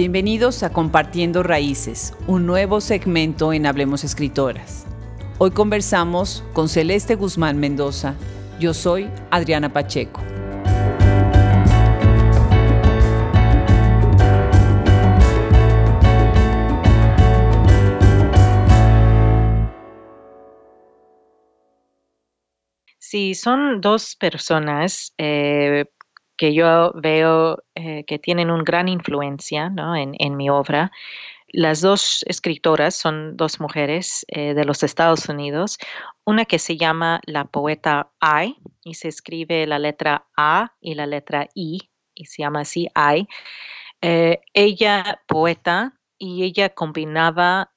Bienvenidos a Compartiendo Raíces, un nuevo segmento en Hablemos Escritoras. Hoy conversamos con Celeste Guzmán Mendoza. Yo soy Adriana Pacheco. Sí, son dos personas que yo veo que tienen una gran influencia, ¿no? en mi obra. Las dos escritoras son dos mujeres de los Estados Unidos. Una que se llama la poeta I, y se escribe la letra A y la letra I, y se llama así I. Ella poeta, y ella combinaba,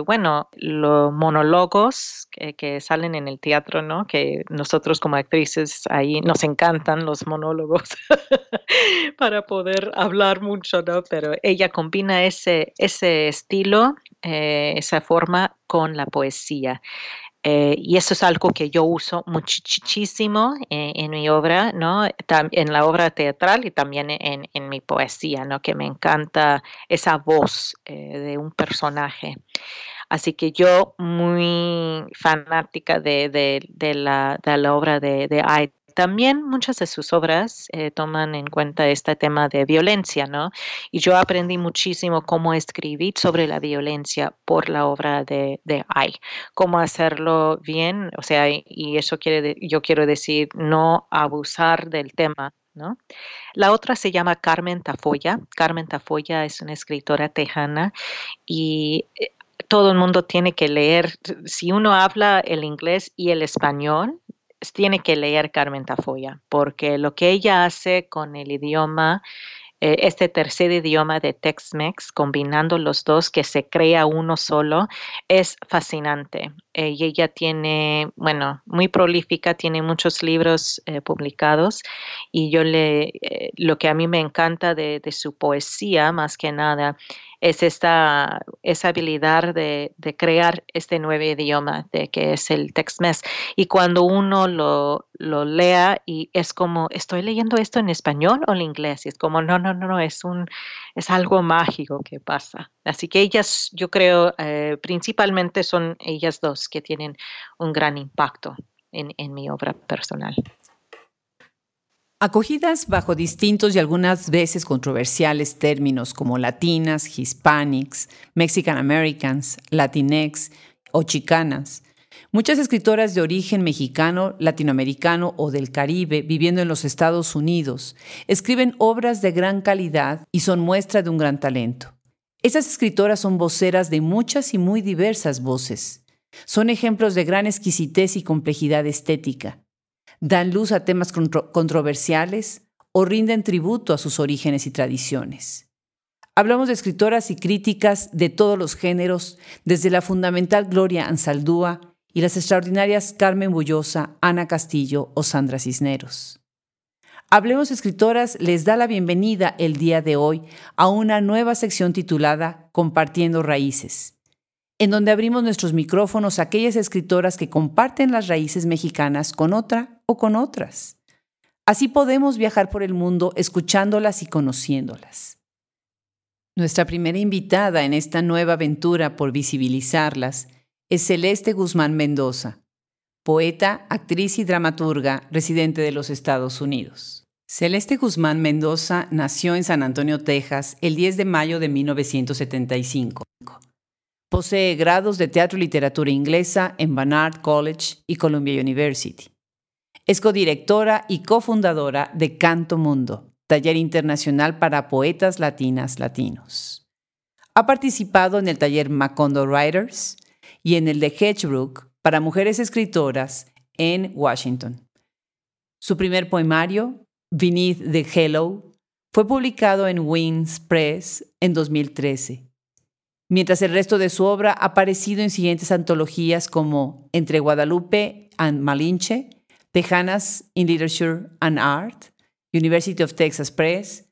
los monólogos que salen en el teatro, ¿no? Que nosotros como actrices ahí nos encantan los monólogos para poder hablar mucho, ¿no? Pero ella combina ese estilo, esa forma con la poesía. Y eso es algo que yo uso muchísimo en mi obra, ¿no? En la obra teatral y también en mi poesía, ¿no? Que me encanta esa voz de un personaje. Así que yo muy fanática de la obra de Aida. También muchas de sus obras toman en cuenta este tema de violencia, ¿no? Y yo aprendí muchísimo cómo escribir sobre la violencia por la obra de Ai, cómo hacerlo bien, o sea, y eso yo quiero decir, no abusar del tema, ¿no? La otra se llama Carmen Tafoya. Carmen Tafoya es una escritora tejana y todo el mundo tiene que leer, si uno habla el inglés y el español, tiene que leer Carmen Tafoya, porque lo que ella hace con el idioma, este tercer idioma de Tex-Mex, combinando los dos, que se crea uno solo, es fascinante. Y ella tiene, muy prolífica, tiene muchos libros publicados, y lo que a mí me encanta de su poesía, más que nada, es esa habilidad de crear este nuevo idioma, de que es el Tex-Mex. Y cuando uno lo lea, y es como, ¿estoy leyendo esto en español o en inglés? Y es como, no, es algo mágico que pasa. Así que ellas, yo creo, principalmente son ellas dos que tienen un gran impacto en mi obra personal. Acogidas bajo distintos y algunas veces controversiales términos como latinas, hispanics, mexican americans, latinx o chicanas, muchas escritoras de origen mexicano, latinoamericano o del Caribe viviendo en los Estados Unidos escriben obras de gran calidad y son muestra de un gran talento. Estas escritoras son voceras de muchas y muy diversas voces. Son ejemplos de gran exquisitez y complejidad estética. Dan luz a temas controversiales o rinden tributo a sus orígenes y tradiciones. Hablamos de escritoras y críticas de todos los géneros, desde la fundamental Gloria Anzaldúa y las extraordinarias Carmen Bullosa, Ana Castillo o Sandra Cisneros. Hablemos Escritoras les da la bienvenida el día de hoy a una nueva sección titulada Compartiendo Raíces, en donde abrimos nuestros micrófonos a aquellas escritoras que comparten las raíces mexicanas con otra o con otras. Así podemos viajar por el mundo escuchándolas y conociéndolas. Nuestra primera invitada en esta nueva aventura por visibilizarlas es Celeste Guzmán Mendoza, poeta, actriz y dramaturga residente de los Estados Unidos. Celeste Guzmán Mendoza nació en San Antonio, Texas, el 10 de mayo de 1975. Posee grados de teatro y literatura inglesa en Barnard College y Columbia University. Es codirectora y cofundadora de Canto Mundo, taller internacional para poetas latinas latinos. Ha participado en el taller Macondo Writers y en el de Hedgebrook para mujeres escritoras en Washington. Su primer poemario, Beneath the Halo, fue publicado en Wings Press en 2013. Mientras el resto de su obra ha aparecido en siguientes antologías como Entre Guadalupe and Malinche, Tejanas in Literature and Art, University of Texas Press,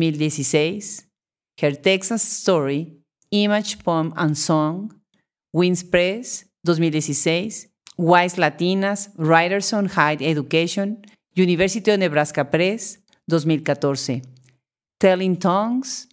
2016, Her Texas Story, Image, Poem and Song, Wings Press, 2016, Wise Latinas, Writers on Higher Education, University of Nebraska Press, 2014, Telling Tongues,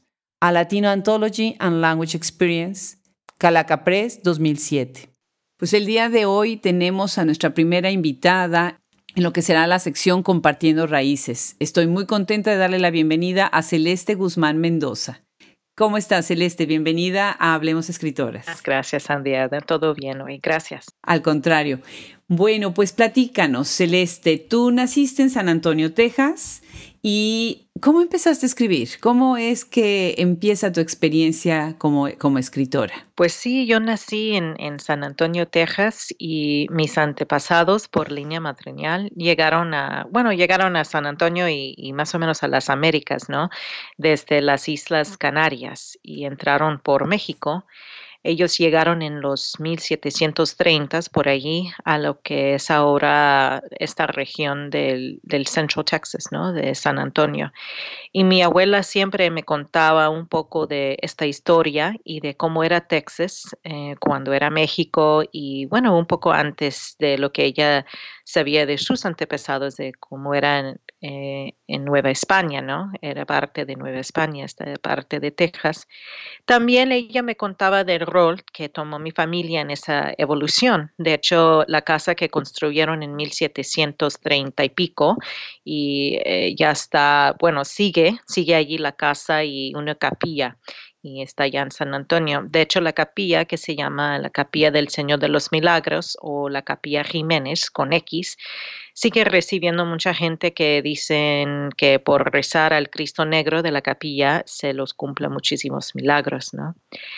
a Latino Anthology and Language Experience, Calaca Press 2007. Pues el día de hoy tenemos a nuestra primera invitada en lo que será la sección Compartiendo Raíces. Estoy muy contenta de darle la bienvenida a Celeste Guzmán Mendoza. ¿Cómo estás, Celeste? Bienvenida a Hablemos Escritoras. Gracias, Sandiada. Todo bien hoy. Gracias. Al contrario. Bueno, pues platícanos, Celeste. Tú naciste en San Antonio, Texas. ¿Y cómo empezaste a escribir? ¿Cómo es que empieza tu experiencia como escritora? Pues sí, yo nací en San Antonio, Texas, y mis antepasados por línea matrilineal llegaron a San Antonio y más o menos a las Américas, ¿no? Desde las Islas Canarias y entraron por México. Ellos llegaron en los 1730 por allí a lo que es ahora esta región del Central Texas, ¿no? De San Antonio. Y mi abuela siempre me contaba un poco de esta historia y de cómo era Texas cuando era México y bueno, un poco antes de lo que ella sabía de sus antepasados, de cómo era en Nueva España, ¿no? Era parte de Nueva España, esta parte de Texas. También ella me contaba del rol que tomó mi familia en esa evolución. De hecho, la casa que construyeron en 1730 y pico y ya está, bueno, sigue allí la casa y una capilla y está allá en San Antonio. De hecho, la capilla que se llama la Capilla del Señor de los Milagros o la Capilla Jiménez con X, sigue recibiendo mucha gente que dicen que por rezar al Cristo Negro de la capilla se los cumple muchísimos milagros, ¿no?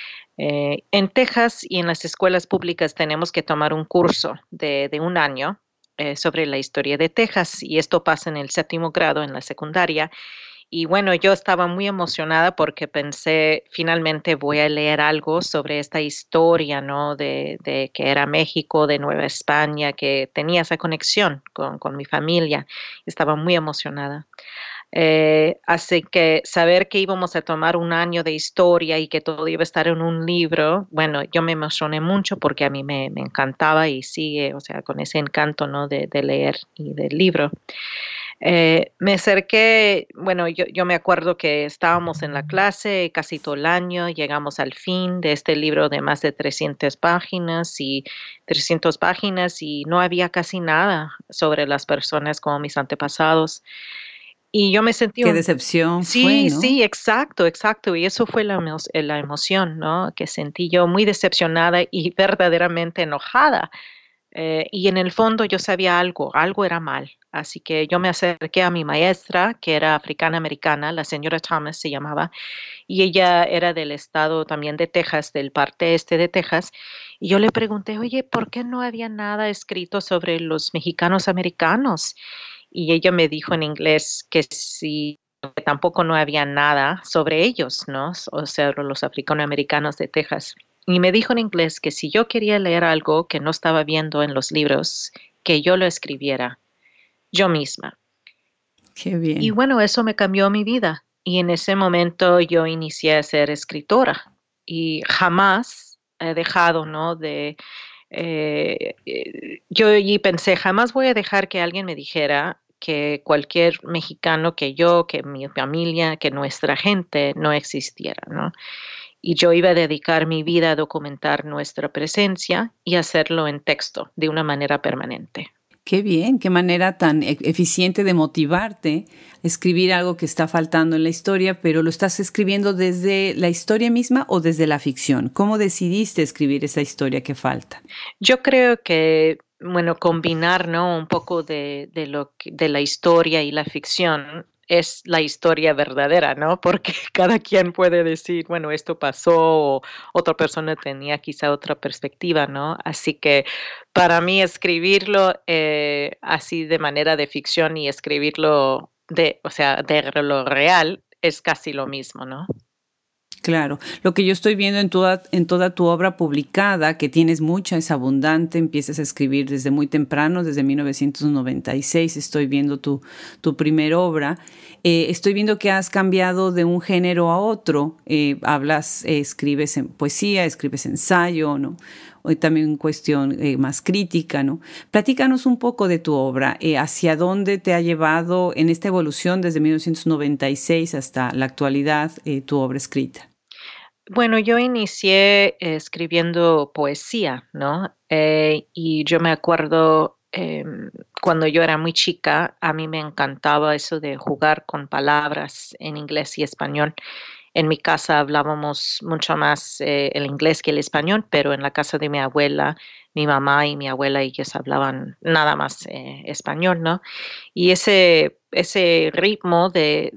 En Texas y en las escuelas públicas tenemos que tomar un curso de un año sobre la historia de Texas y esto pasa en el 7º grado en la secundaria. Y bueno, yo estaba muy emocionada porque pensé, finalmente voy a leer algo sobre esta historia, ¿no? De que era México, de Nueva España, que tenía esa conexión con mi familia. Estaba muy emocionada. Así que saber que íbamos a tomar un año de historia y que todo iba a estar en un libro, bueno, yo me emocioné mucho porque a mí me encantaba y sigue, o sea, con ese encanto, ¿no? De leer y del libro. Me acerqué, bueno, yo me acuerdo que estábamos en la clase casi todo el año, llegamos al fin de este libro de más de 300 páginas y no había casi nada sobre las personas como mis antepasados. Y yo me sentí Qué decepción fue, sí, ¿no? sí, exacto, exacto. Y eso fue la emoción, ¿no? Que sentí yo muy decepcionada y verdaderamente enojada. Y en el fondo yo sabía algo era mal. Así que yo me acerqué a mi maestra, que era africana-americana, la señora Thomas se llamaba, y ella era del estado también de Texas, del parte este de Texas. Y yo le pregunté, oye, ¿por qué no había nada escrito sobre los mexicanos americanos? Y ella me dijo en inglés que sí, que tampoco no había nada sobre ellos, ¿no? O sea, los africanoamericanos de Texas. Y me dijo en inglés que si yo quería leer algo que no estaba viendo en los libros, que yo lo escribiera yo misma. Qué Y bien. bueno, eso me cambió mi vida. Y en ese momento yo inicié a ser escritora y jamás he dejado, ¿no? Yo allí pensé, jamás voy a dejar que alguien me dijera que cualquier mexicano que mi familia, que nuestra gente no existiera, ¿no? Y yo iba a dedicar mi vida a documentar nuestra presencia y hacerlo en texto de una manera permanente. Qué bien, qué manera tan eficiente de motivarte a escribir algo que está faltando en la historia, pero lo estás escribiendo desde la historia misma o desde la ficción. ¿Cómo decidiste escribir esa historia que falta? Yo creo que, bueno, combinar, ¿no? Un poco de la historia y la ficción es la historia verdadera, ¿no? Porque cada quien puede decir, bueno, esto pasó, o otra persona tenía quizá otra perspectiva, ¿no? Así que para mí escribirlo así de manera de ficción y escribirlo o sea, de lo real es casi lo mismo, ¿no? Claro, lo que yo estoy viendo en toda tu obra publicada, que tienes mucha, es abundante, empiezas a escribir desde muy temprano, desde 1996, estoy viendo tu primera obra, Estoy viendo que has cambiado de un género a otro. Escribes en poesía, escribes ensayo, ¿no? Hoy también cuestión más crítica, ¿no? Platícanos un poco de tu obra, hacia dónde te ha llevado en esta evolución desde 1996 hasta la actualidad tu obra escrita. Bueno, yo inicié escribiendo poesía, ¿no? Y yo me acuerdo cuando yo era muy chica, a mí me encantaba eso de jugar con palabras en inglés y español. En mi casa hablábamos mucho más el inglés que el español, pero en la casa de mi abuela, mi mamá y mi abuela, ellos hablaban nada más español, ¿no? Y ese ritmo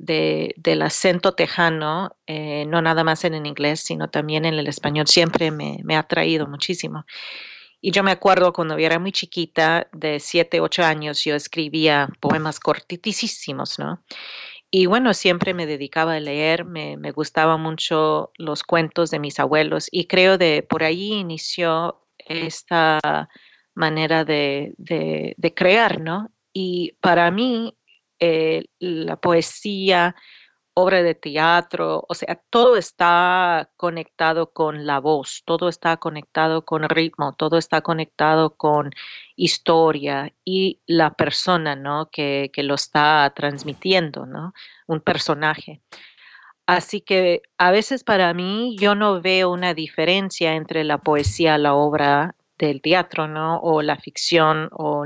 del acento tejano, no nada más en el inglés, sino también en el español, siempre me ha atraído muchísimo. Y yo me acuerdo cuando yo era muy chiquita, de 7, 8 años, yo escribía poemas cortitísimos, ¿no? Y bueno, siempre me dedicaba a leer, me gustaban mucho los cuentos de mis abuelos y creo de por ahí inició esta manera de crear, ¿no? Y para mí, la poesía, obra de teatro, o sea, todo está conectado con la voz, todo está conectado con ritmo, todo está conectado con historia y la persona, ¿no? Que lo está transmitiendo, ¿no? Un personaje. Así que a veces para mí yo no veo una diferencia entre la poesía, la obra del teatro, ¿no? O la ficción o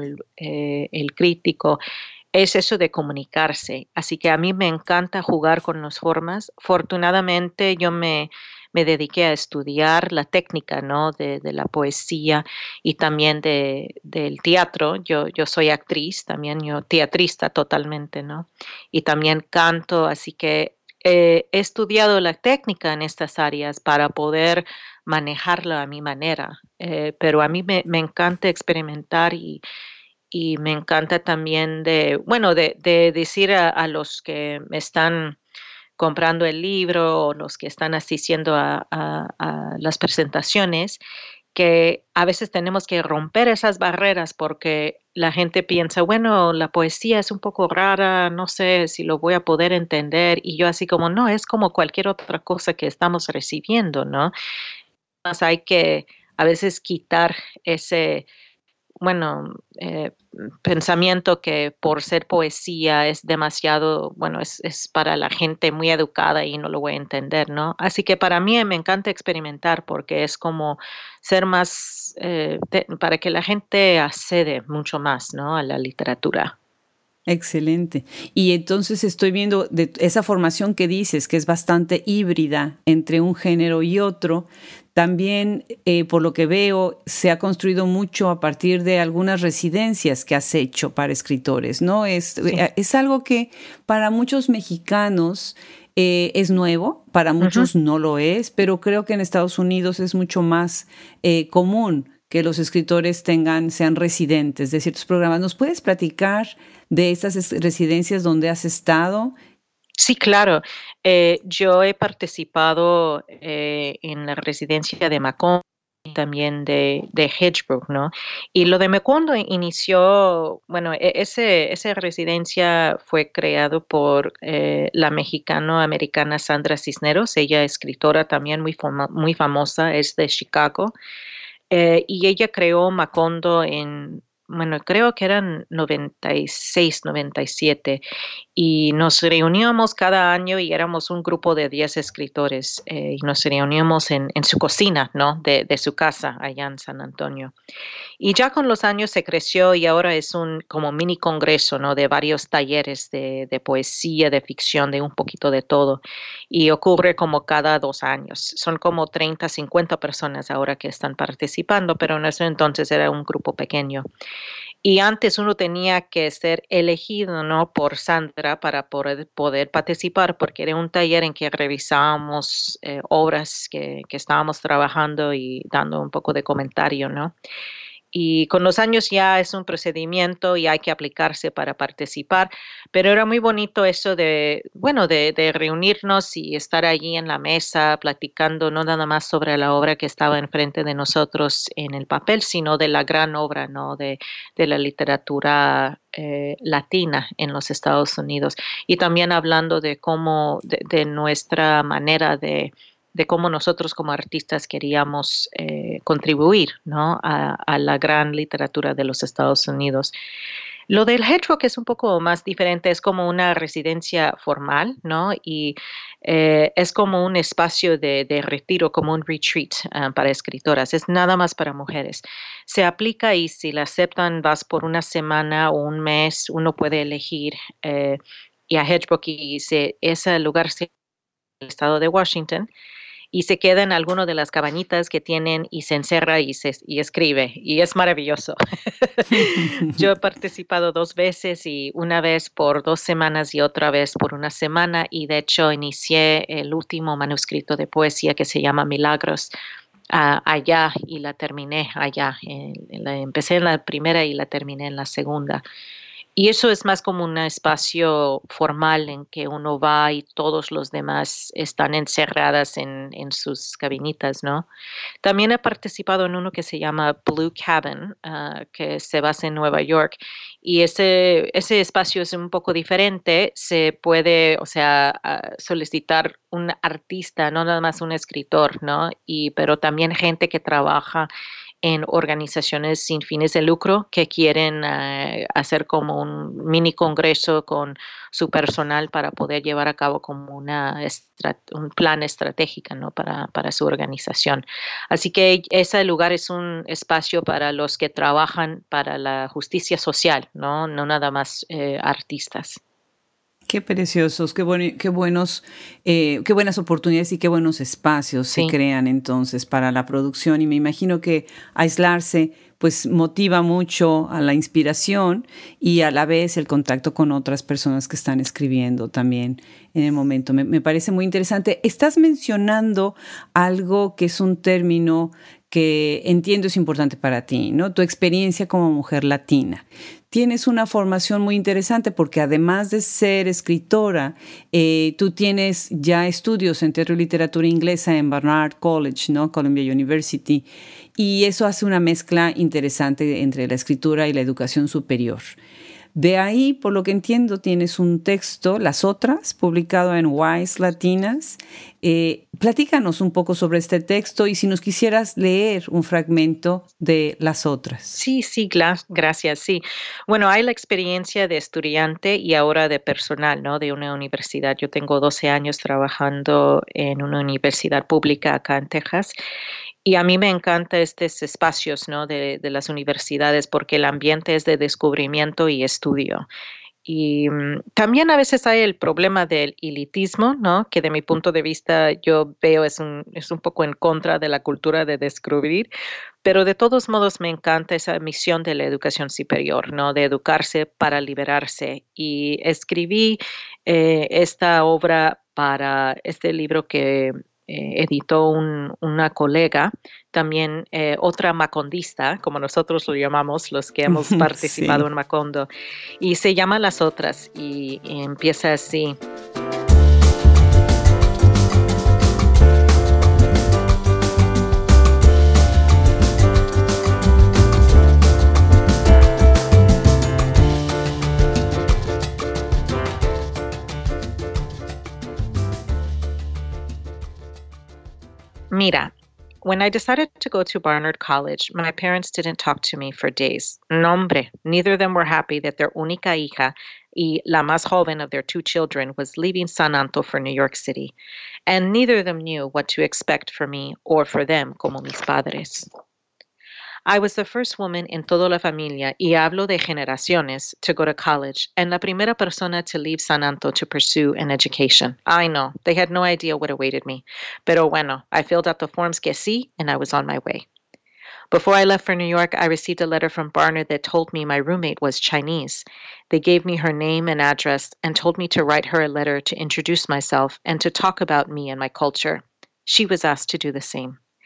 el crítico. Es eso de comunicarse. Así que a mí me encanta jugar con las formas. Afortunadamente me dediqué a estudiar la técnica, ¿no? De la poesía y también del teatro. Yo soy actriz, también yo teatrista totalmente, ¿no? Y también canto, así que he estudiado la técnica en estas áreas para poder manejarla a mi manera. Pero a mí me encanta experimentar y me encanta también bueno, de decir a los que me están comprando el libro o los que están asistiendo a las presentaciones, que a veces tenemos que romper esas barreras porque la gente piensa, bueno, la poesía es un poco rara, no sé si lo voy a poder entender, y yo así como, no, es como cualquier otra cosa que estamos recibiendo, ¿no? Más hay que a veces quitar ese bueno, pensamiento que por ser poesía es demasiado, bueno, es para la gente muy educada y no lo voy a entender, ¿no? Así que para mí me encanta experimentar porque es como ser más, para que la gente accede mucho más, ¿no? A la literatura. Excelente. Y entonces estoy viendo de esa formación que dices, que es bastante híbrida entre un género y otro. También, por lo que veo, se ha construido mucho a partir de algunas residencias que has hecho para escritores, ¿no? Sí. Es algo que para muchos mexicanos es nuevo, para Ujú. muchos no lo es, pero creo que en Estados Unidos es mucho más común que los escritores sean residentes de ciertos programas. ¿Nos puedes platicar de estas residencias donde has estado? Sí, claro. Yo he participado en la residencia de Macomb y también de Hedgebrook, ¿no? Y lo de Macondo inició, bueno, esa residencia fue creado por la mexicano-americana Sandra Cisneros. Ella es escritora también muy famosa, es de Chicago. Y ella creó Macondo bueno, creo que eran 96, 97 y nos reuníamos cada año y éramos un grupo de 10 escritores y nos reuníamos en su cocina, ¿no? De su casa allá en San Antonio. Y ya con los años se creció y ahora es un como mini congreso, ¿no? De varios talleres de poesía, de ficción, de un poquito de todo. Y ocurre como cada 2 años. Son como 30, 50 personas ahora que están participando, pero en ese entonces era un grupo pequeño. Y antes uno tenía que ser elegido, ¿no? Por Sandra para poder participar, porque era un taller en que revisábamos obras que estábamos trabajando y dando un poco de comentario, ¿no? Y con los años ya es un procedimiento y hay que aplicarse para participar, pero era muy bonito eso de, bueno, de reunirnos y estar allí en la mesa platicando no nada más sobre la obra que estaba enfrente de nosotros en el papel, sino de la gran obra, ¿no? De la literatura latina en los Estados Unidos. Y también hablando de cómo, de nuestra manera de cómo nosotros como artistas queríamos contribuir, ¿no? A la gran literatura de los Estados Unidos. Lo del Hedgerock es un poco más diferente, es como una residencia formal, ¿no? Y es como un espacio de retiro, como un retreat para escritoras, es nada más para mujeres. Se aplica y si la aceptan vas por una semana o un mes, uno puede elegir y a Hedgerock y ese lugar se el estado de Washington y se queda en alguno de las cabañitas que tienen y se encerra y escribe. Y es maravilloso. Yo he participado 2 veces y una vez por 2 semanas y otra vez por una semana y de hecho inicié el último manuscrito de poesía que se llama Milagros allá y la terminé allá. Empecé en la primera y la terminé en la segunda. Y eso es más como un espacio formal en que uno va y todos los demás están encerradas en sus cabinitas, ¿no? También he participado en uno que se llama Blue Cabin, que se basa en Nueva York. Y ese espacio es un poco diferente. Se puede, o sea, solicitar un artista, no nada más un escritor, ¿no? Pero también gente que trabaja en organizaciones sin fines de lucro que quieren hacer como un mini congreso con su personal para poder llevar a cabo como un plan estratégico, ¿no? Para su organización. Así que ese lugar es un espacio para los que trabajan para la justicia social, ¿no? No nada más artistas. Qué preciosos, qué buenos, qué buenas oportunidades y qué buenos espacios se Sí. crean entonces para la producción. Y me imagino que aislarse pues motiva mucho a la inspiración y a la vez el contacto con otras personas que están escribiendo también en el momento. Me parece muy interesante. Estás mencionando algo que es un término que entiendo es importante para ti, ¿no? Tu experiencia como mujer latina. Tienes una formación muy interesante porque además de ser escritora, tú tienes ya estudios en teatro y literatura inglesa en Barnard College, ¿no? Columbia University, y eso hace una mezcla interesante entre la escritura y la educación superior. De ahí, por lo que entiendo, tienes un texto, Las Otras, publicado en Wise Latinas. Platícanos un poco sobre este texto y si nos quisieras leer un fragmento de Las Otras. Sí, sí, gracias, sí. Bueno, hay la experiencia de estudiante y ahora de personal, ¿no? De una universidad. Yo tengo 12 años trabajando en una universidad pública acá en Texas y a mí me encantan estos espacios, ¿no? De las universidades porque el ambiente es de descubrimiento y estudio. Y también a veces hay el problema del elitismo, ¿no? Que de mi punto de vista yo veo es un poco en contra de la cultura de descubrir, pero de todos modos me encanta esa misión de la educación superior, ¿no? De educarse para liberarse. Y escribí esta obra para este libro que editó una colega, también otra macondista, como nosotros lo llamamos, los que hemos participado Sí. en Macondo, y se llama Las Otras y empieza así. Mira, when I decided to go to Barnard College, my parents didn't talk to me for days. No, hombre, neither of them were happy that their única hija y la más joven of their 2 children was leaving San Anto for New York City, and neither of them knew what to expect for me or for them como mis padres. I was the first woman in toda la familia, y hablo de generaciones, to go to college, and la primera persona to leave San Anto to pursue an education. I know, they had no idea what awaited me. Pero bueno, I filled out the forms que sí, and I was on my way. Before I left for New York, I received a letter from Barnard that told me my roommate was Chinese. They gave me her name and address and told me to write her a letter to introduce myself and to talk about me and my culture. She was asked to do the same.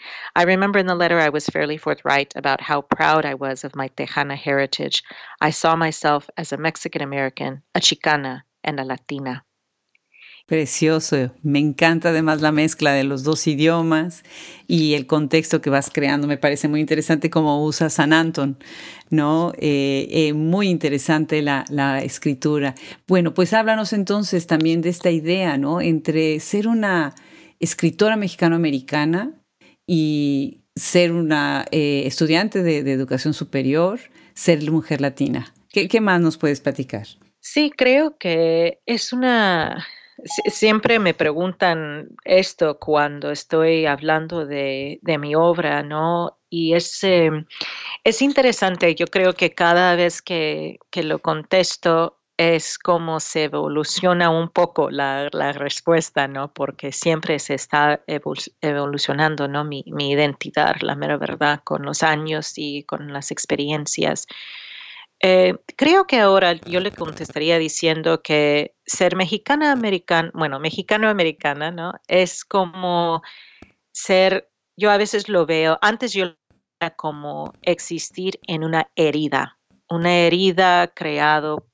I remember in the letter I was fairly forthright about how proud I was of my Tejana heritage. I saw myself as a Mexican American, a Chicana, and a Latina. Precioso. Me encanta además la mezcla de los dos idiomas y el contexto que vas creando. Me parece muy interesante cómo usa San Anton, ¿no? Muy interesante la escritura. Bueno, pues háblanos entonces también de esta idea, ¿no? Entre ser una escritora mexicano-americana y ser una estudiante de educación superior, ser mujer latina. ¿Qué más nos puedes platicar? Sí, creo que es siempre me preguntan esto cuando estoy hablando de mi obra, ¿no? Y es interesante, yo creo que cada vez que lo contesto es como se evoluciona un poco la respuesta, ¿no? Porque siempre se está evolucionando, ¿no? Mi identidad, la mera verdad, con los años y con las experiencias. Creo que ahora yo le contestaría diciendo que ser mexicana-americana, bueno, mexicano-americana, ¿no? Es como yo a veces lo veo, antes yo lo veía como existir en una herida creado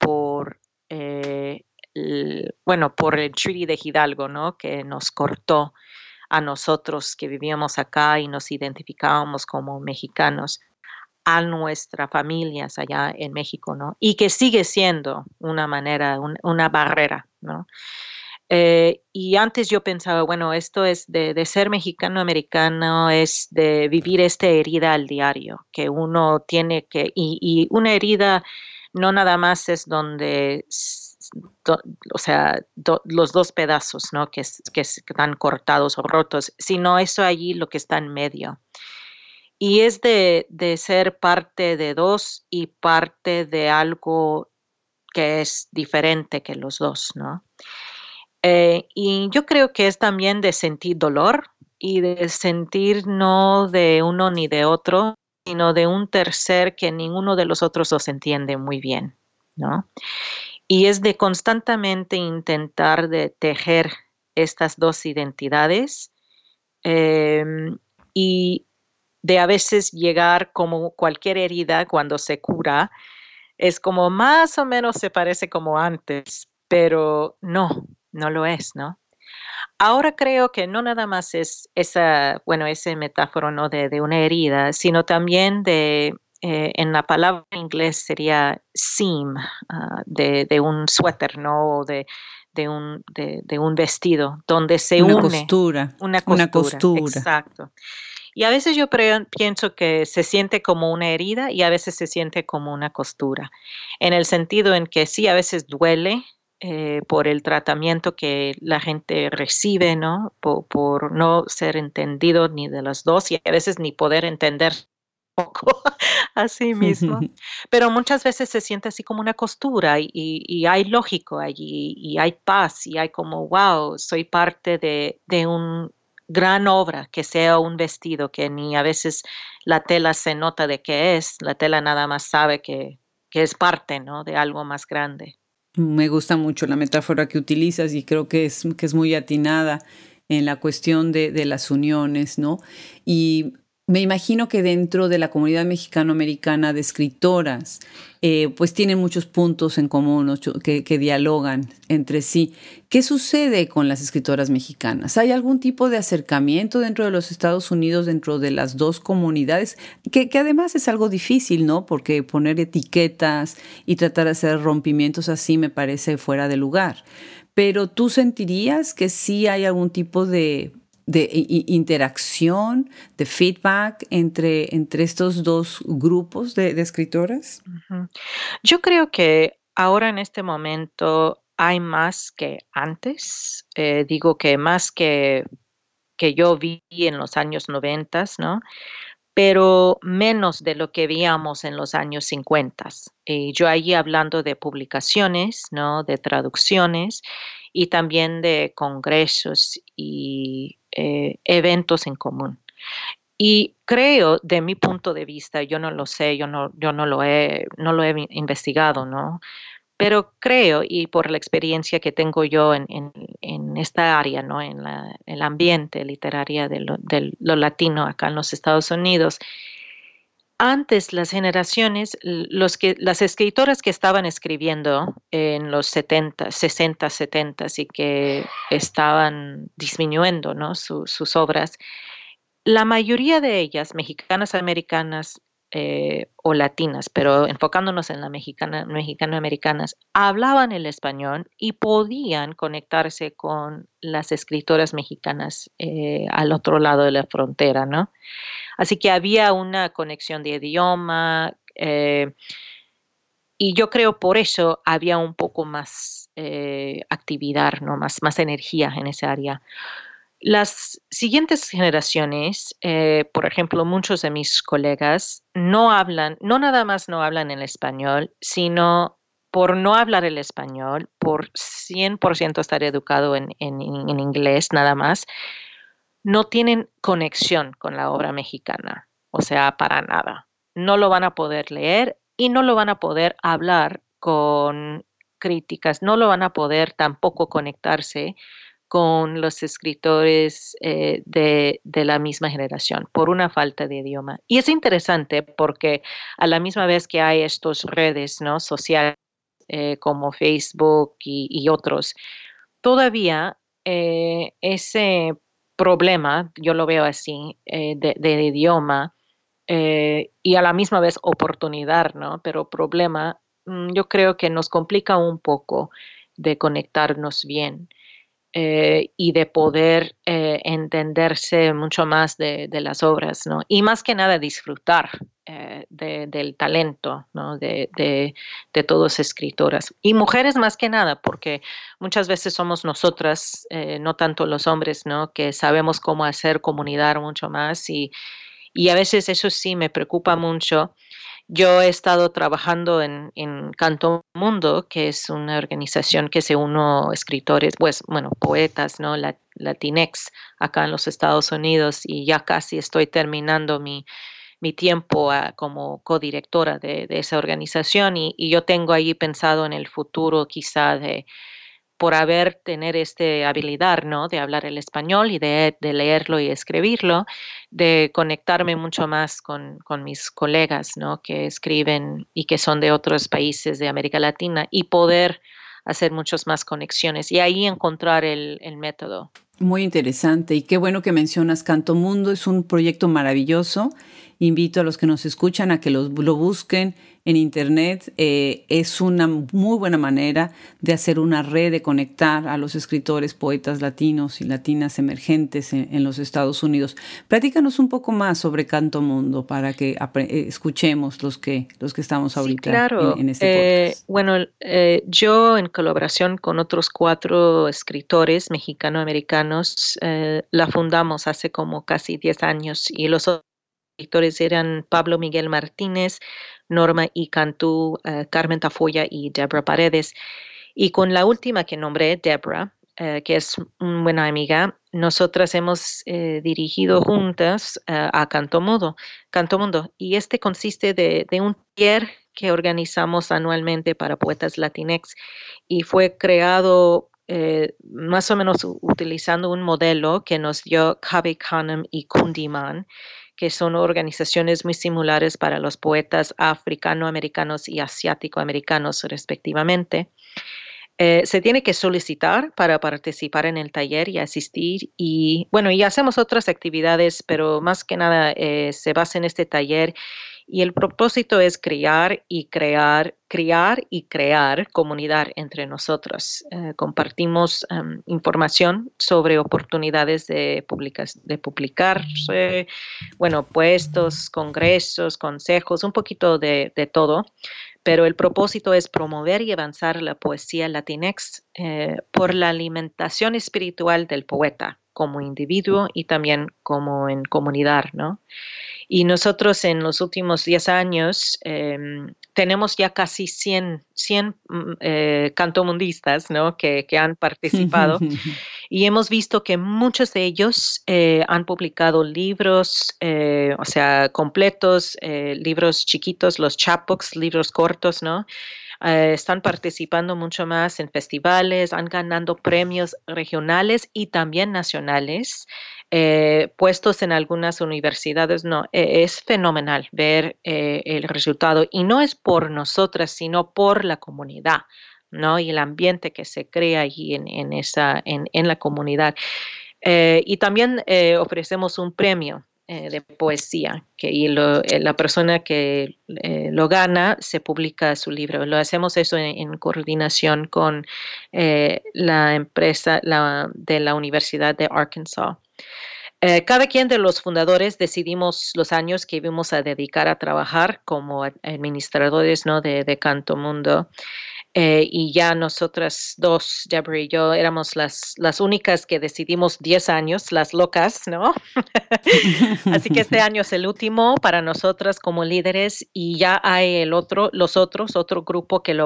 por el Treaty de Hidalgo, ¿no? Que nos cortó a nosotros que vivíamos acá y nos identificábamos como mexicanos a nuestras familias allá en México, ¿no? Y que sigue siendo una manera, una barrera, ¿no? Y antes yo pensaba, bueno, esto es de ser mexicano-americano, es de vivir esta herida al diario, que uno tiene y una herida no nada más es donde, o sea, los dos pedazos, ¿no? Que están cortados o rotos, sino eso allí lo que está en medio. Y es de ser parte de dos y parte de algo que es diferente que los dos, ¿no? Y yo creo que es también de sentir dolor y de sentir no de uno ni de otro, sino de un tercer que ninguno de los otros los entiende muy bien, ¿no? Y es de constantemente intentar de tejer estas dos identidades y de a veces llegar como cualquier herida cuando se cura, es como más o menos se parece como antes, pero no lo es, ¿no? Ahora creo que no nada más es ese metáforo, ¿no? De una herida, sino también en la palabra en inglés sería seam, de un suéter, ¿no? O de un vestido, donde se Una une costura, una una costura, costura. exacto. Y a veces yo pienso que se siente como una herida y a veces se siente como una costura, en el sentido en que sí, a veces duele por el tratamiento que la gente recibe, ¿no? Por no ser entendido ni de las dos y a veces ni poder entender poco a sí mismo, pero muchas veces se siente así como una costura y hay lógico allí y hay paz y hay como, wow, soy parte de un gran obra, que sea un vestido que ni a veces la tela se nota de qué es, la tela nada más sabe que es parte, ¿no? De algo más grande. Me gusta mucho la metáfora que utilizas y creo que es muy atinada en la cuestión de las uniones, ¿no? Y me imagino que dentro de la comunidad mexicano-americana de escritoras, pues tienen muchos puntos en común, ¿no? Que dialogan entre sí. ¿Qué sucede con las escritoras mexicanas? ¿Hay algún tipo de acercamiento dentro de los Estados Unidos, dentro de las dos comunidades? Que además es algo difícil, ¿no? Porque poner etiquetas y tratar de hacer rompimientos así me parece fuera de lugar. Pero ¿tú sentirías que sí hay algún tipo de interacción, de feedback entre estos dos grupos de escritoras? Ujú. Yo creo que ahora en este momento hay más que antes, digo que más que yo vi en los años 90, ¿no? Pero menos de lo que veíamos en los años 50. Yo allí hablando de publicaciones, ¿no? De traducciones y también de congresos y eventos en común. Y creo, de mi punto de vista, yo no lo sé, yo no lo he investigado, ¿no? pero creo, y por la experiencia que tengo yo en esta área, ¿no? En el ambiente literario de lo latino acá en los Estados Unidos, antes las generaciones, las escritoras que estaban escribiendo en los 70, 60, 70 y que estaban disminuyendo, ¿no? Sus obras, la mayoría de ellas, mexicanas, americanas o latinas, pero enfocándonos en la mexicano-americanas, hablaban el español y podían conectarse con las escritoras mexicanas al otro lado de la frontera, ¿no? Así que había una conexión de idioma y yo creo por eso había un poco más actividad, ¿no? Más energía en esa área. Las siguientes generaciones, por ejemplo, muchos de mis colegas no hablan, no nada más no hablan el español, sino por no hablar el español, por 100% estar educado en inglés nada más, no tienen conexión con la obra mexicana, o sea, para nada. No lo van a poder leer y no lo van a poder hablar con críticas, no lo van a poder tampoco conectarse con los escritores de la misma generación por una falta de idioma. Y es interesante porque a la misma vez que hay estas redes, ¿no? Sociales como Facebook y otros, todavía ese problema, yo lo veo así, de idioma y a la misma vez oportunidad, ¿no? Pero problema, yo creo que nos complica un poco de conectarnos bien y de poder entenderse mucho más de las obras, ¿no? Y más que nada disfrutar del talento, ¿no? De todas escritoras. Y mujeres más que nada, porque muchas veces somos nosotras, no tanto los hombres, ¿no? Que sabemos cómo hacer comunidad mucho más y a veces eso sí me preocupa mucho. Yo he estado trabajando en Canto Mundo, que es una organización que se une escritores, pues, bueno, poetas, ¿no? Latinex acá en los Estados Unidos y ya casi estoy terminando mi tiempo como codirectora de esa organización y yo tengo ahí pensado en el futuro quizá de por haber tener esta habilidad, ¿no? De hablar el español y de leerlo y escribirlo, de conectarme mucho más con mis colegas, ¿no? Que escriben y que son de otros países de América Latina y poder hacer muchas más conexiones y ahí encontrar el método. Muy interesante y qué bueno que mencionas Canto Mundo, es un proyecto maravilloso. Invito a los que nos escuchan a que lo busquen en internet. Es una muy buena manera de hacer una red, de conectar a los escritores, poetas latinos y latinas emergentes en los Estados Unidos. Platícanos un poco más sobre Canto Mundo para que escuchemos los que estamos Sí, ahorita claro. en este podcast. Bueno, yo en colaboración con otros 4 escritores mexicano-americanos la fundamos hace como casi 10 años y los escritores eran Pablo Miguel Martínez, Norma I. Cantú, Carmen Tafoya y Debra Paredes. Y con la última que nombré, Debra, que es una buena amiga, nosotras hemos dirigido juntas a Canto Mundo. Y este consiste de un taller que organizamos anualmente para poetas latinex y fue creado más o menos utilizando un modelo que nos dio Cave Canem y Kundiman, que son organizaciones muy similares para los poetas africano-americanos y asiático-americanos respectivamente. Se tiene que solicitar para participar en el taller y asistir y bueno, y hacemos otras actividades, pero más que nada se basa en este taller y el propósito es criar y crear comunidad entre nosotros. Compartimos información sobre oportunidades de publicarse, bueno, puestos, congresos, consejos, un poquito de todo, pero el propósito es promover y avanzar la poesía latinex por la alimentación espiritual del poeta como individuo y también como en comunidad, ¿no? Y nosotros en los últimos 10 años tenemos ya casi 100 cantomundistas, ¿no? que han participado y hemos visto que muchos de ellos han publicado libros, o sea, completos, libros chiquitos, los chapbooks, libros cortos, ¿no? Están participando mucho más en festivales, han ganado premios regionales y también nacionales, puestos en algunas universidades. No, es fenomenal ver el resultado y no es por nosotras, sino por la comunidad, ¿no? Y el ambiente que se crea allí en la comunidad. Y también ofrecemos un premio de poesía, la persona que lo gana se publica su libro. Lo hacemos eso en coordinación con la empresa de la Universidad de Arkansas. Cada quien de los fundadores decidimos los años que íbamos a dedicar a trabajar como administradores, ¿no? de Canto Mundo. Y ya nosotras dos, Deborah y yo, éramos las únicas que decidimos 10 años, las locas, ¿no? Así que este año es el último para nosotras como líderes y ya hay otro grupo que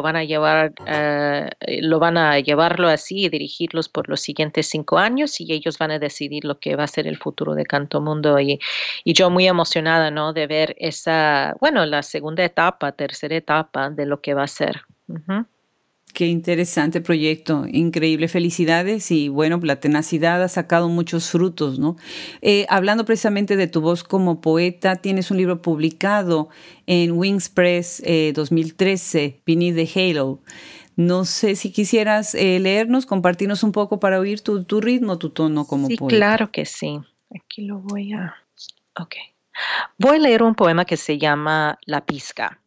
lo van a llevarlo así y dirigirlos por los siguientes 5 años y ellos van a decidir lo que va a ser el futuro de Canto Mundo y yo muy emocionada, ¿no? De ver la segunda etapa, tercera etapa de lo que va a ser. Uh-huh. Qué interesante proyecto, increíble, felicidades y bueno, la tenacidad ha sacado muchos frutos, ¿no? Hablando precisamente de tu voz como poeta, tienes un libro publicado en Wings Press 2013, Beneath the Halo. No sé si quisieras leernos, compartirnos un poco para oír tu ritmo, tu tono como Sí, poeta. claro que sí. Aquí lo Ok. Voy a leer un poema que se llama La Pizca.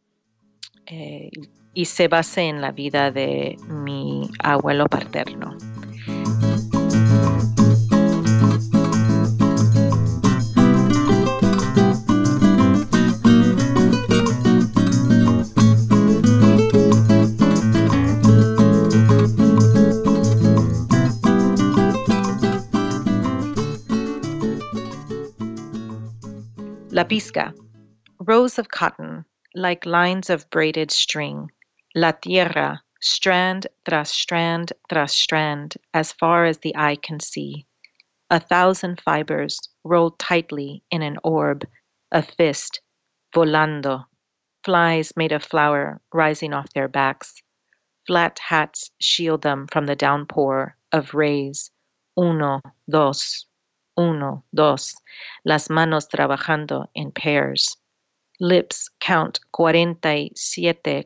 Y se basa en la vida de mi abuelo paterno. La pizca, rows of cotton, like lines of braided string. La tierra, strand tras strand tras strand, as far as the eye can see. 1,000 fibers rolled tightly in an orb, a fist, volando. Flies made of flour rising off their backs. Flat hats shield them from the downpour of rays. Uno, dos, uno, dos. Las manos trabajando in pairs. Lips count 47,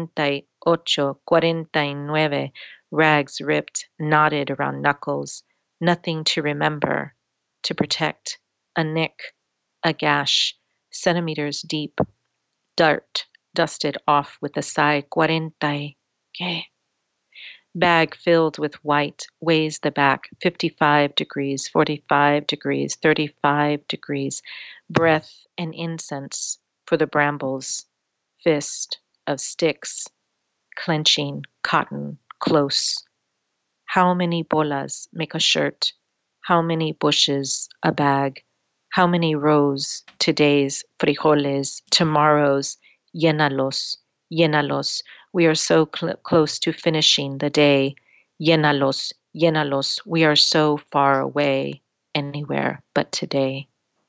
48, 49, rags ripped, knotted around knuckles, nothing to remember, to protect, a nick, a gash, centimeters deep, dirt dusted off with a sigh, 40, ¿qué? Bag filled with white, weighs the back, 55 degrees, 45 degrees, 35 degrees, breath and incense, for the brambles, fist of sticks, clenching cotton close. How many bolas make a shirt? How many bushes a bag? How many rows? Today's frijoles, tomorrow's llenalos, llenalos. We are so close to finishing the day. Llenalos, llenalos. We are so far away, anywhere but today.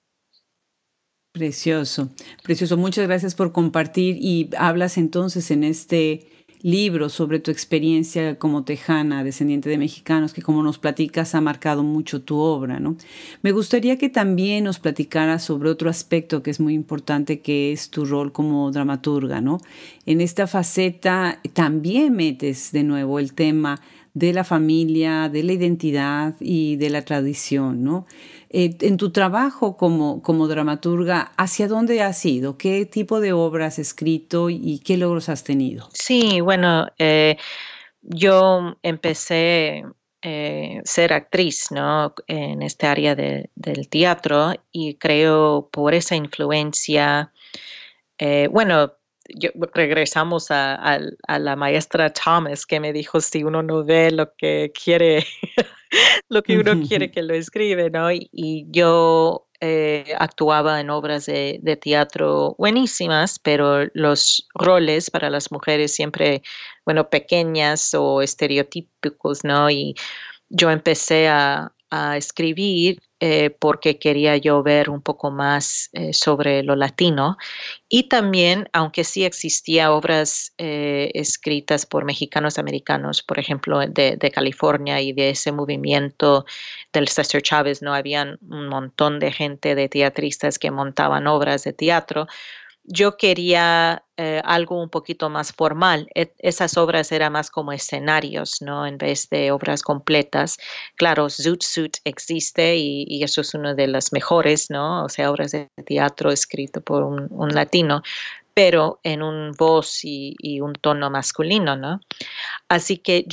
Precioso, precioso. Muchas gracias por compartir y hablas entonces en este libro sobre tu experiencia como tejana, descendiente de mexicanos, que como nos platicas ha marcado mucho tu obra, ¿no? Me gustaría que también nos platicaras sobre otro aspecto que es muy importante, que es tu rol como dramaturga, ¿no? En esta faceta también metes de nuevo el tema de la familia, de la identidad y de la tradición, ¿no? En tu trabajo como dramaturga, ¿hacia dónde has ido? ¿Qué tipo de obra has escrito y qué logros has tenido? Sí, bueno, yo empecé ser actriz, ¿no? En este área del teatro y creo por esa influencia, regresamos a la maestra Thomas que me dijo si uno no ve lo que quiere, lo que uno quiere que lo escribe, ¿no? Y yo actuaba en obras de teatro buenísimas, pero los roles para las mujeres siempre, bueno, pequeñas o estereotípicos, ¿no? Y yo empecé a a escribir porque quería yo ver un poco más sobre lo latino y también, aunque sí existía obras escritas por mexicanos americanos, por ejemplo, de California y de ese movimiento del César Chávez, ¿no? Habían un montón de gente, de teatristas que montaban obras de teatro. Yo quería algo un poquito más formal. Esas obras eran más como escenarios, ¿no? En vez de obras completas. Claro, Zoot Suit existe y eso es una de las mejores, ¿no? O sea, obras de teatro escrito por un latino, pero en un voz y un tono masculino, ¿no? Así que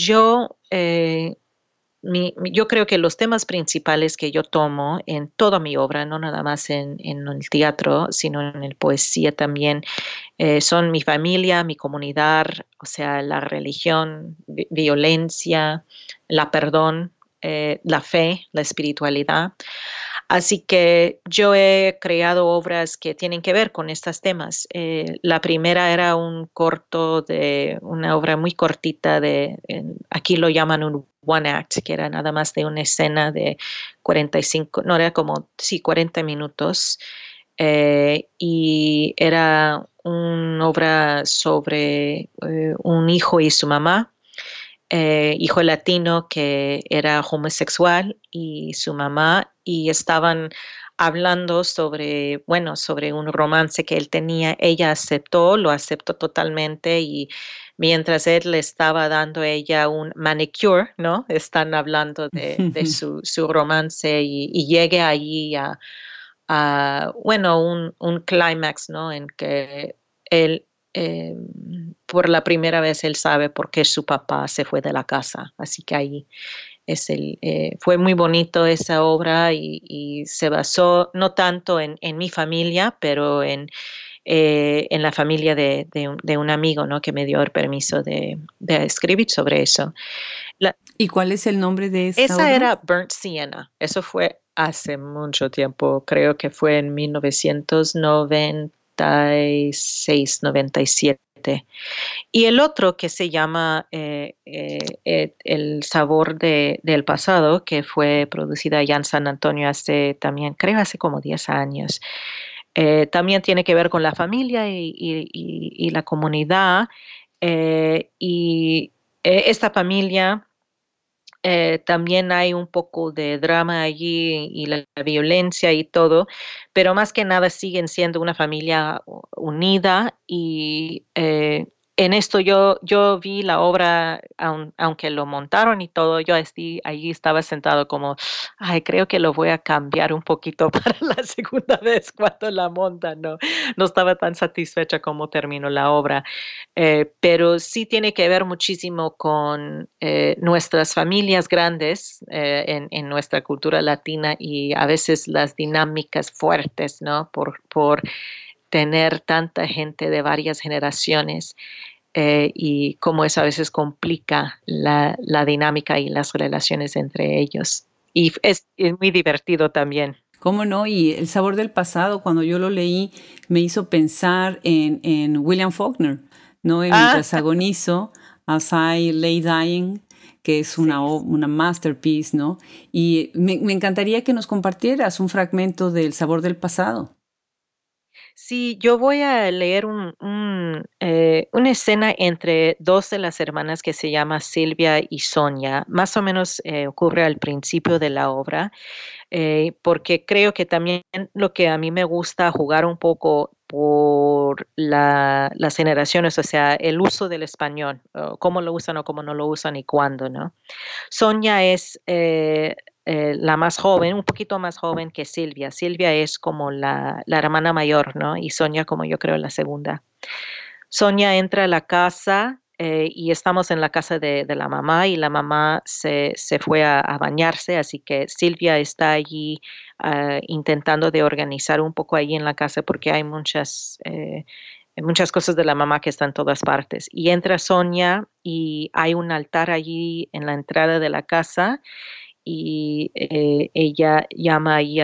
yo creo que los temas principales que yo tomo en toda mi obra, no nada más en el teatro, sino en la poesía también, son mi familia, mi comunidad, o sea, la religión, violencia, la perdón, la fe, la espiritualidad. Así que yo he creado obras que tienen que ver con estos temas. La primera era un corto de una obra muy cortita aquí lo llaman un one act, que era nada más de una escena de 45, no era como, sí, 40 minutos. Y era una obra sobre un hijo y su mamá, hijo latino que era homosexual y su mamá, y estaban hablando sobre, bueno, sobre un romance que él tenía. Ella lo aceptó totalmente y mientras él le estaba dando a ella un manicure, ¿no? Están hablando de su romance y llegue ahí bueno, un clímax, ¿no? En que él, eh, por la primera vez, él sabe por qué su papá se fue de la casa. Así que ahí fue muy bonito esa obra y se basó no tanto en mi familia, pero en la familia de un amigo, ¿no? Que me dio el permiso de escribir sobre eso. ¿Y cuál es el nombre de esta Esa obra? era Burnt Sienna. Eso fue hace mucho tiempo. Creo que fue en 1996, 97. Y el otro que se llama El sabor del pasado, que fue producida allá en San Antonio hace también, creo, hace como 10 años. También tiene que ver con la familia y la comunidad. Esta familia también hay un poco de drama allí y la violencia y todo, pero más que nada siguen siendo una familia unida y en esto yo vi la obra, aunque lo montaron y todo, yo allí estaba sentado como, ay, creo que lo voy a cambiar un poquito para la segunda vez cuando la montan, no estaba tan satisfecha como terminó la obra. Pero sí tiene que ver muchísimo con nuestras familias grandes en nuestra cultura latina y a veces las dinámicas fuertes, ¿no? Por tener tanta gente de varias generaciones y cómo eso a veces complica la dinámica y las relaciones entre ellos. Y es muy divertido también. ¿Cómo no? Y El sabor del pasado, cuando yo lo leí, me hizo pensar en William Faulkner, ¿no? En Ah, Mientras agonizo, As I Lay Dying, que es sí. una masterpiece, ¿no? Y me encantaría que nos compartieras un fragmento del sabor del pasado. Sí, yo voy a leer una escena entre dos de las hermanas que se llama Silvia y Sonia. Más o menos ocurre al principio de la obra, porque creo que también lo que a mí me gusta jugar un poco por las generaciones, o sea, el uso del español, o cómo lo usan o cómo no lo usan y cuándo, ¿no? Sonia es la más joven, un poquito más joven que Silvia. Silvia es como la hermana mayor, ¿no? Y Sonia como yo creo la segunda. Sonia entra a la casa y estamos en la casa de la mamá y la mamá se fue a bañarse, así que Silvia está allí intentando de organizar un poco ahí en la casa porque hay muchas cosas de la mamá que están en todas partes. Y entra Sonia y hay un altar allí en la entrada de la casa y ella llama ahí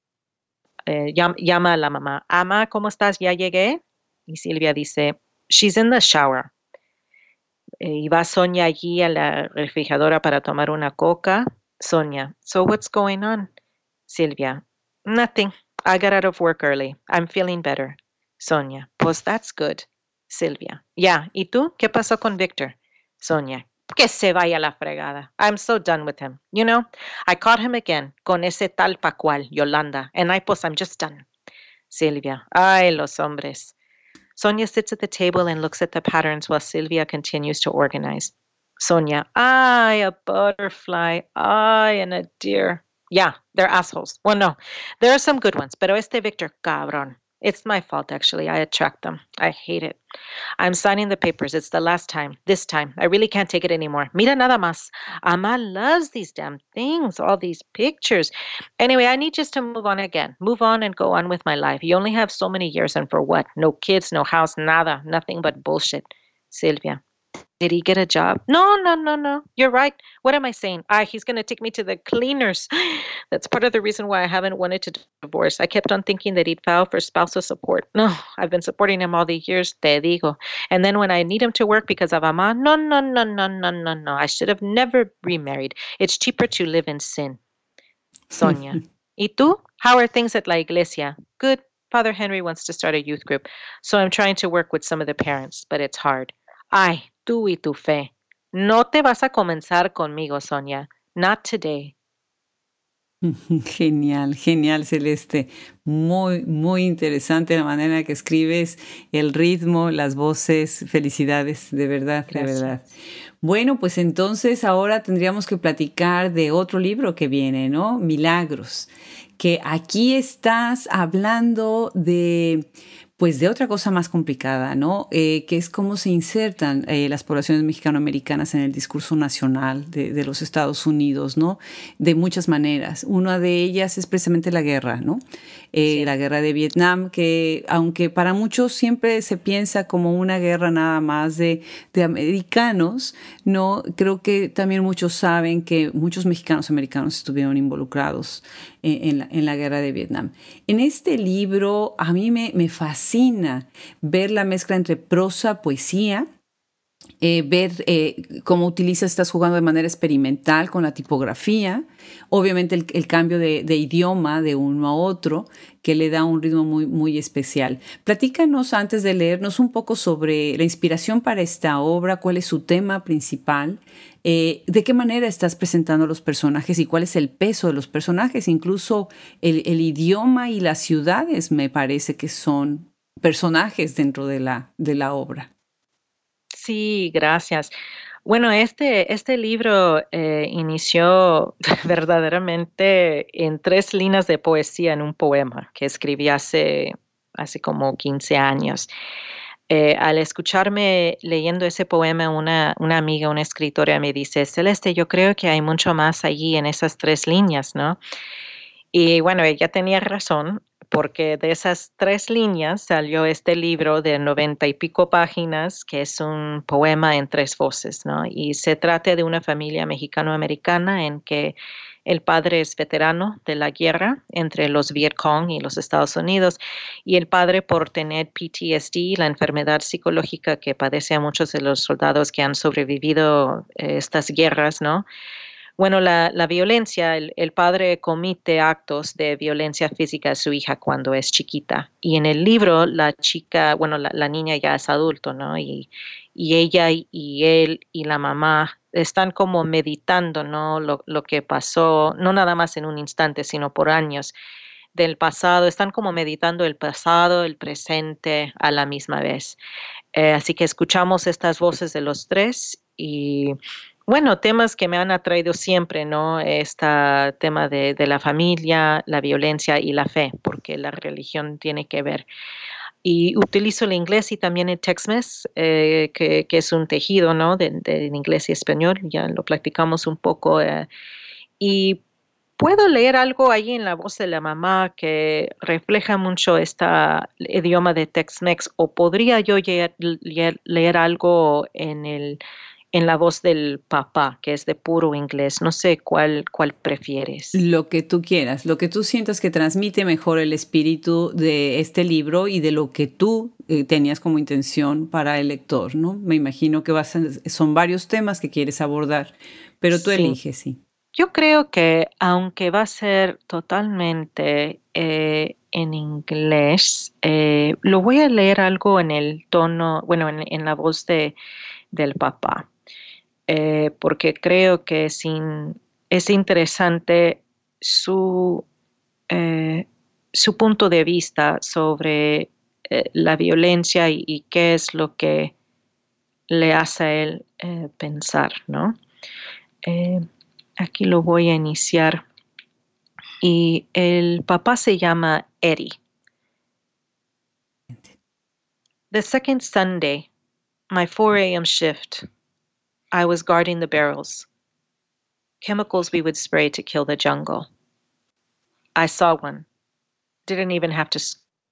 llama a la mamá, Ama, ¿cómo estás? Ya llegué. Y Silvia dice, She's in the shower. Y va Sonia allí a la refrigeradora para tomar una coca. Sonia, so what's going on? Silvia, nothing. I got out of work early. I'm feeling better. Sonia, pues that's good. Silvia, yeah, ¿y tú? ¿Qué pasó con Victor? Sonia, que se vaya a la fregada. I'm so done with him. You know, I caught him again con ese tal Pacual, Yolanda, and pues I'm just done. Silvia, ay, los hombres. Sonia sits at the table and looks at the patterns while Silvia continues to organize. Sonia, ay, a butterfly, ay, and a deer. Yeah, they're assholes. Well, no, there are some good ones, pero este Victor, cabrón. It's my fault, actually. I attract them. I hate it. I'm signing the papers. It's the last time. This time. I really can't take it anymore. Mira nada más. Ama loves these damn things, all these pictures. Anyway, I need just to move on again. Move on and go on with my life. You only have so many years, and for what? No kids, no house, nada. Nothing but bullshit. Silvia. Did he get a job? No, no, no, no. You're right. What am I saying? He's going to take me to the cleaners. That's part of the reason why I haven't wanted to divorce. I kept on thinking that he'd file for spousal support. No, I've been supporting him all the years, te digo. And then when I need him to work because of Ama, no, no, no, no, no, no, no. I should have never remarried. It's cheaper to live in sin. Sonia. ¿Y tú? How are things at La Iglesia? Good. Father Henry wants to start a youth group. So I'm trying to work with some of the parents, but it's hard. Ay, tú y tu fe. No te vas a comenzar conmigo, Sonia. Not today. Genial, genial, Celeste. Muy, muy interesante la manera en que escribes, el ritmo, las voces. Felicidades, de verdad, Gracias. de verdad. Bueno, pues entonces ahora tendríamos que platicar de otro libro que viene, ¿no? Milagros. Que aquí estás hablando de, pues, de otra cosa más complicada, ¿no? Que es cómo se insertan las poblaciones mexicanoamericanas en el discurso nacional de los Estados Unidos, ¿no? De muchas maneras. Una de ellas es precisamente la guerra, ¿no? Sí. La guerra de Vietnam, que aunque para muchos siempre se piensa como una guerra nada más de americanos, ¿no? Creo que también muchos saben que muchos mexicanos americanos estuvieron involucrados en la guerra de Vietnam. En este libro a mí me fascina ver la mezcla entre prosa, poesía, ver cómo estás jugando de manera experimental con la tipografía, obviamente el cambio de idioma de uno a otro, que le da un ritmo muy, muy especial. Platícanos antes de leernos un poco sobre la inspiración para esta obra, cuál es su tema principal, de qué manera estás presentando los personajes y cuál es el peso de los personajes, incluso el idioma y las ciudades me parece que son personajes dentro de la obra. Sí, gracias. Bueno, este libro inició verdaderamente en 3 líneas de poesía en un poema que escribí hace como 15 años. Al escucharme leyendo ese poema, una amiga, una escritora me dice, Celeste, yo creo que hay mucho más allí en esas 3 líneas, ¿no? Y bueno, ella tenía razón, porque de esas 3 líneas salió este libro de 90 y pico páginas, que es un poema en 3 voces, ¿no? Y se trata de una familia mexicano-americana en que el padre es veterano de la guerra entre los Vietcong y los Estados Unidos, y el padre, por tener PTSD, la enfermedad psicológica que padece a muchos de los soldados que han sobrevivido estas guerras, ¿no? Bueno, la violencia, el padre comete actos de violencia física a su hija cuando es chiquita. Y en el libro, la chica, bueno, la niña ya es adulto, ¿no? Y ella y él y la mamá están como meditando, ¿no? Lo que pasó, no nada más en un instante, sino por años del pasado. Están como meditando el pasado, el presente a la misma vez. Así que escuchamos estas voces de los 3 y bueno, temas que me han atraído siempre, ¿no? Este tema de la familia, la violencia y la fe, porque la religión tiene que ver. Y utilizo el inglés y también el Tex-Mex, que es un tejido, ¿no? De inglés y español, ya lo practicamos un poco. Y puedo leer algo ahí en la voz de la mamá que refleja mucho este idioma de Tex-Mex, o podría yo leer algo en la voz del papá, que es de puro inglés. No sé cuál prefieres. Lo que tú quieras, lo que tú sientas que transmite mejor el espíritu de este libro y de lo que tú tenías como intención para el lector, ¿no? Me imagino que son varios temas que quieres abordar, pero tú eliges, sí. Yo creo que aunque va a ser totalmente en inglés, lo voy a leer algo en el tono, bueno, en la voz del papá, porque creo que es interesante su, eh, su punto de vista sobre la violencia y qué es lo que le hace a él pensar, ¿no? Eh, Aquí lo voy a iniciar. Y el papá se llama Eddie. The second Sunday, my 4 a.m. shift, I was guarding the barrels, chemicals we would spray to kill the jungle. I saw one. Didn't even have to.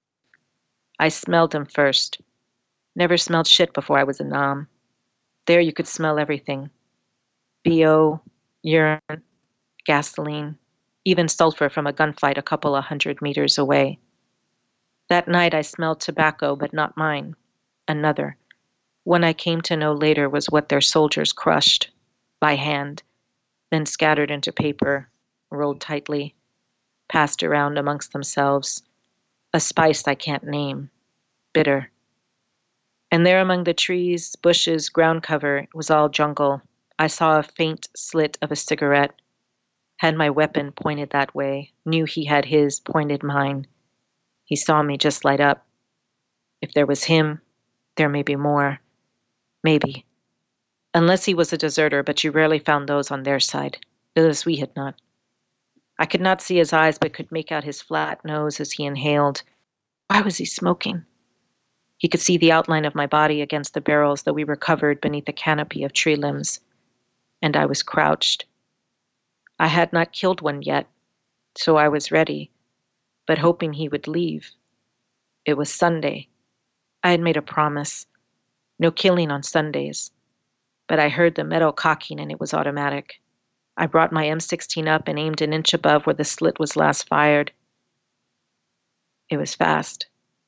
I smelled him first. Never smelled shit before I was a nom. There you could smell everything. BO, urine, gasoline, even sulfur from a gunfight a couple of 100 meters away. That night I smelled tobacco, but not mine. Another. One I came to know later was what their soldiers crushed by hand, then scattered into paper, rolled tightly, passed around amongst themselves. A spice I can't name. Bitter. And there among the trees, bushes, ground cover, it was all jungle. I saw a faint slit of a cigarette. Had my weapon pointed that way. Knew he had his, pointed mine. He saw me just light up. If there was him, there may be more. Maybe. Unless he was a deserter, but you rarely found those on their side. Those we had not. I could not see his eyes, but could make out his flat nose as he inhaled. Why was he smoking? He could see the outline of my body against the barrels, though we were covered beneath a canopy of tree limbs. And I was crouched. I had not killed one yet, so I was ready, but hoping he would leave. It was Sunday. I had made a promise. No killing on Sundays. But I heard the metal cocking and it was automatic. I brought my M16 up and aimed an inch above where the slit was last fired. It was fast.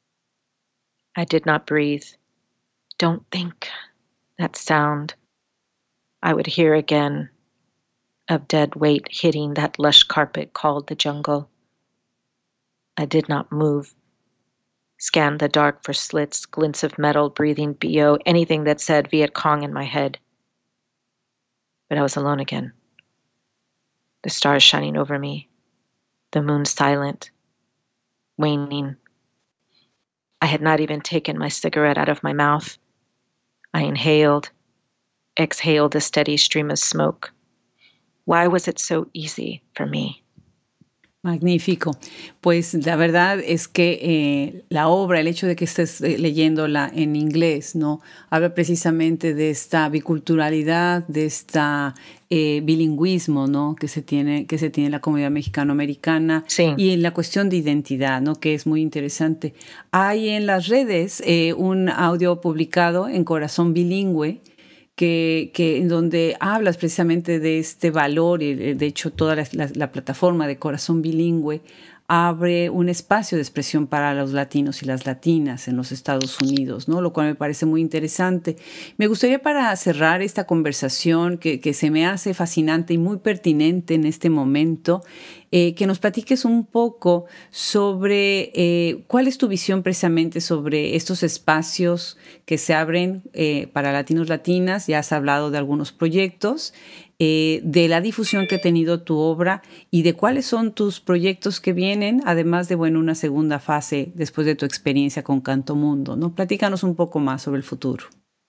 I did not breathe. Don't think. That sound. I would hear again of dead weight hitting that lush carpet called the jungle. I did not move. Scanned the dark for slits, glints of metal, breathing BO, anything that said Viet Cong in my head. But I was alone again. The stars shining over me, the moon silent, waning. I had not even taken my cigarette out of my mouth. I inhaled, exhaled a steady stream of smoke. Why was it so easy for me? Magnífico. Pues la verdad es que la obra, el hecho de que estés leyéndola en inglés, ¿no? Habla precisamente de esta biculturalidad, de esta bilingüismo, ¿no? Que se tiene en la comunidad mexicano-americana, Sí. Y en la cuestión de identidad, ¿no? Que es muy interesante. Hay en las redes un audio publicado en Corazón Bilingüe, que en donde hablas precisamente de este valor y de hecho toda la plataforma de Corazón Bilingüe abre un espacio de expresión para los latinos y las latinas en los Estados Unidos, ¿no? Lo cual me parece muy interesante. Me gustaría para cerrar esta conversación que se me hace fascinante y muy pertinente en este momento, que nos platiques un poco sobre cuál es tu visión precisamente sobre estos espacios que se abren para latinos, latinas. Ya has hablado de algunos proyectos, de la difusión que ha tenido tu obra y de cuáles son tus proyectos que vienen, además de, bueno, una segunda fase después de tu experiencia con Canto Mundo, ¿no? Platícanos un poco más sobre el futuro.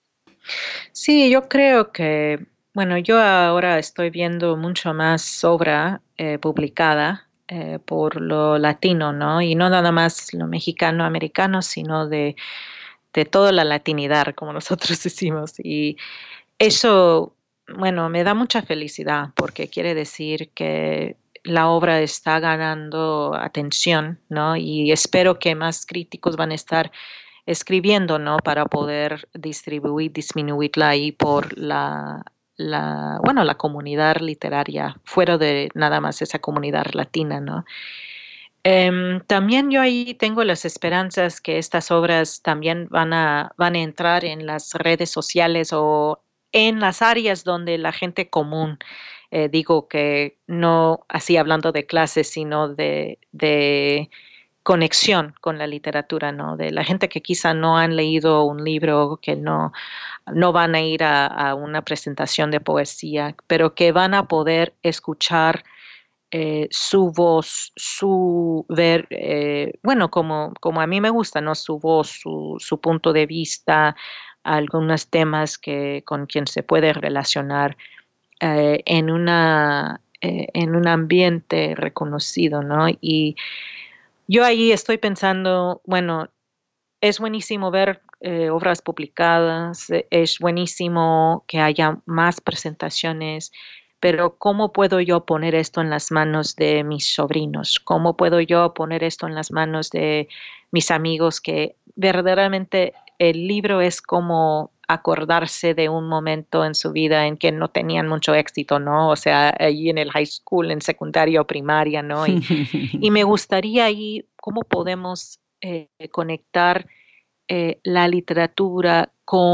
Sí, yo creo que, bueno, yo ahora estoy viendo mucho más obra publicada por lo latino, ¿no? Y no nada más lo mexicano-americano, sino de toda la latinidad, como nosotros decimos. Y eso, bueno, me da mucha felicidad porque quiere decir que la obra está ganando atención, ¿no? Y espero que más críticos van a estar escribiendo, ¿no? Para poder distribuir, disminuirla ahí por bueno, la comunidad literaria, fuera de nada más esa comunidad latina, ¿no? También yo ahí tengo las esperanzas que estas obras también van a entrar en las redes sociales o en las áreas donde la gente común digo que no así hablando de clases, sino de conexión con la literatura, ¿no? De la gente que quizá no han leído un libro, que no van a ir a una presentación de poesía, pero que van a poder escuchar su voz, bueno, como a mí me gusta, ¿no? Su voz, su punto de vista, algunos temas con quien se puede relacionar en un ambiente reconocido, ¿no? Y yo ahí estoy pensando, bueno, es buenísimo ver obras publicadas, es buenísimo que haya más presentaciones, pero ¿cómo puedo yo poner esto en las manos de mis sobrinos? ¿Cómo puedo yo poner esto en las manos de mis amigos que verdaderamente el libro es como acordarse de un momento en su vida en que no tenían mucho éxito, ¿no? O sea, allí en el high school, en secundaria o primaria, ¿no? Y me gustaría ahí, ¿cómo podemos conectar la literatura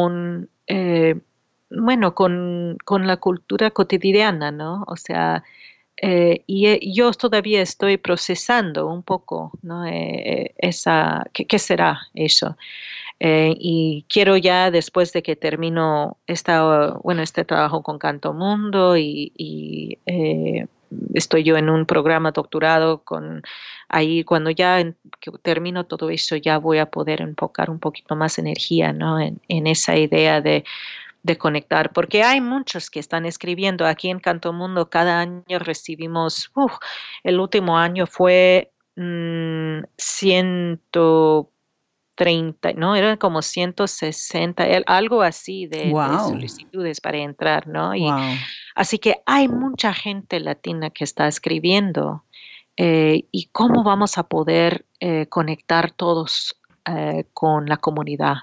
bueno, con la cultura cotidiana, ¿no? O sea, yo todavía estoy procesando un poco, ¿no? ¿Qué será eso? Y quiero ya, después de que termino este trabajo con Canto Mundo y estoy yo en un programa doctorado ahí cuando que termino todo eso ya voy a poder enfocar un poquito más energía, ¿no? En esa idea de conectar, porque hay muchos que están escribiendo aquí en Canto Mundo. Cada año recibimos, el último año fue 130, ¿no? Eran como 160, algo así de Wow, solicitudes para entrar, ¿no? Y wow. así que hay mucha gente latina que está escribiendo. ¿Y cómo vamos a poder conectar todos con la comunidad?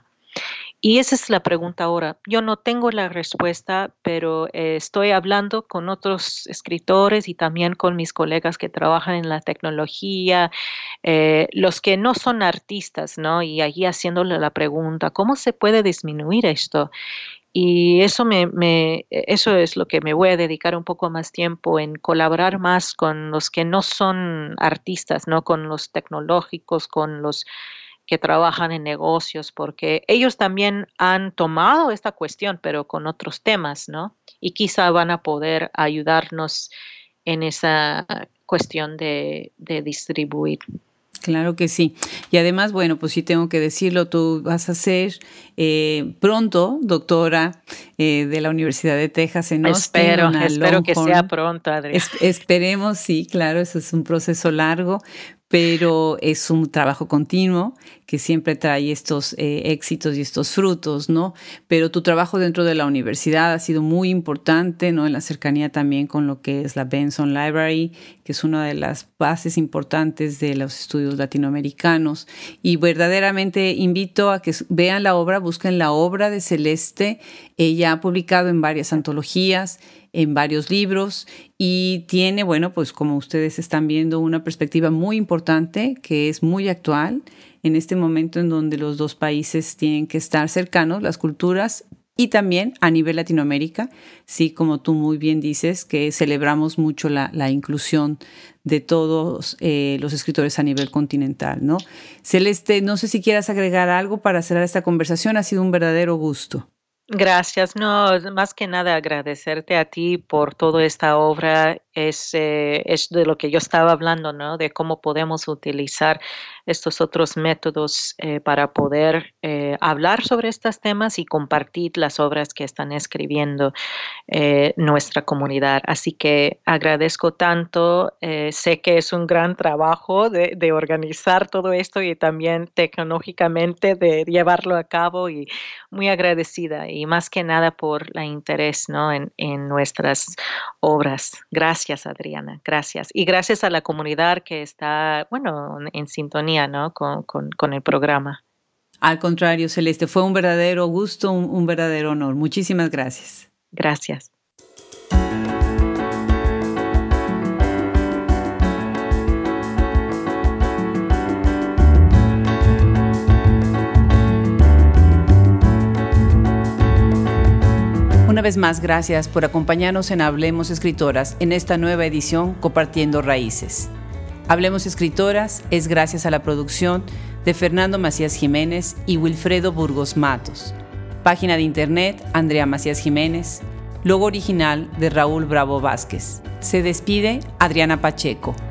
Y esa es la pregunta ahora. Yo no tengo la respuesta, pero estoy hablando con otros escritores y también con mis colegas que trabajan en la tecnología, los que no son artistas, ¿no? Y allí haciéndole la pregunta, ¿cómo se puede disminuir esto? Y eso es lo que me voy a dedicar un poco más tiempo en colaborar más con los que no son artistas, ¿no? Con los tecnológicos, con los que trabajan en negocios, porque ellos también han tomado esta cuestión, pero con otros temas, ¿no? Y quizá van a poder ayudarnos en esa cuestión de distribuir. Claro que sí. Y además, bueno, pues sí tengo que decirlo, tú vas a ser pronto doctora de la Universidad de Texas en Austin, Espero que sea pronto, Adriana. Esperemos, sí, claro, eso es un proceso largo, pero es un trabajo continuo que siempre trae estos éxitos y estos frutos, ¿no? Pero tu trabajo dentro de la universidad ha sido muy importante, ¿no? En la cercanía también con lo que es la Benson Library, que es una de las bases importantes de los estudios latinoamericanos. Y verdaderamente invito a que vean la obra, busquen la obra de Celeste. Ella ha publicado en varias antologías, en varios libros y tiene, bueno, pues como ustedes están viendo, una perspectiva muy importante que es muy actual en este momento en donde los dos países tienen que estar cercanos, las culturas, y también a nivel Latinoamérica, sí, como tú muy bien dices, que celebramos mucho la inclusión de todos los escritores a nivel continental, ¿no? Celeste, no sé si quieras agregar algo para cerrar esta conversación, ha sido un verdadero gusto. Gracias. No, más que nada agradecerte a ti por toda esta obra. Es de lo que yo estaba hablando, ¿no? De cómo podemos utilizar estos otros métodos para poder hablar sobre estos temas y compartir las obras que están escribiendo nuestra comunidad. Así que agradezco tanto. Sé que es un gran trabajo de organizar todo esto y también tecnológicamente de llevarlo a cabo y muy agradecida y más que nada por el interés, ¿no? en nuestras obras. Gracias, Adriana. Gracias. Y gracias a la comunidad que está, bueno, en sintonía, ¿no? con el programa. Al contrario, Celeste, fue un verdadero gusto, un verdadero honor. Muchísimas gracias. Gracias. Una vez más, gracias por acompañarnos en Hablemos Escritoras en esta nueva edición Compartiendo Raíces. Hablemos Escritoras es gracias a la producción de Fernando Macías Jiménez y Wilfredo Burgos Matos. Página de internet Andrea Macías Jiménez. Logo original de Raúl Bravo Vázquez. Se despide Adriana Pacheco.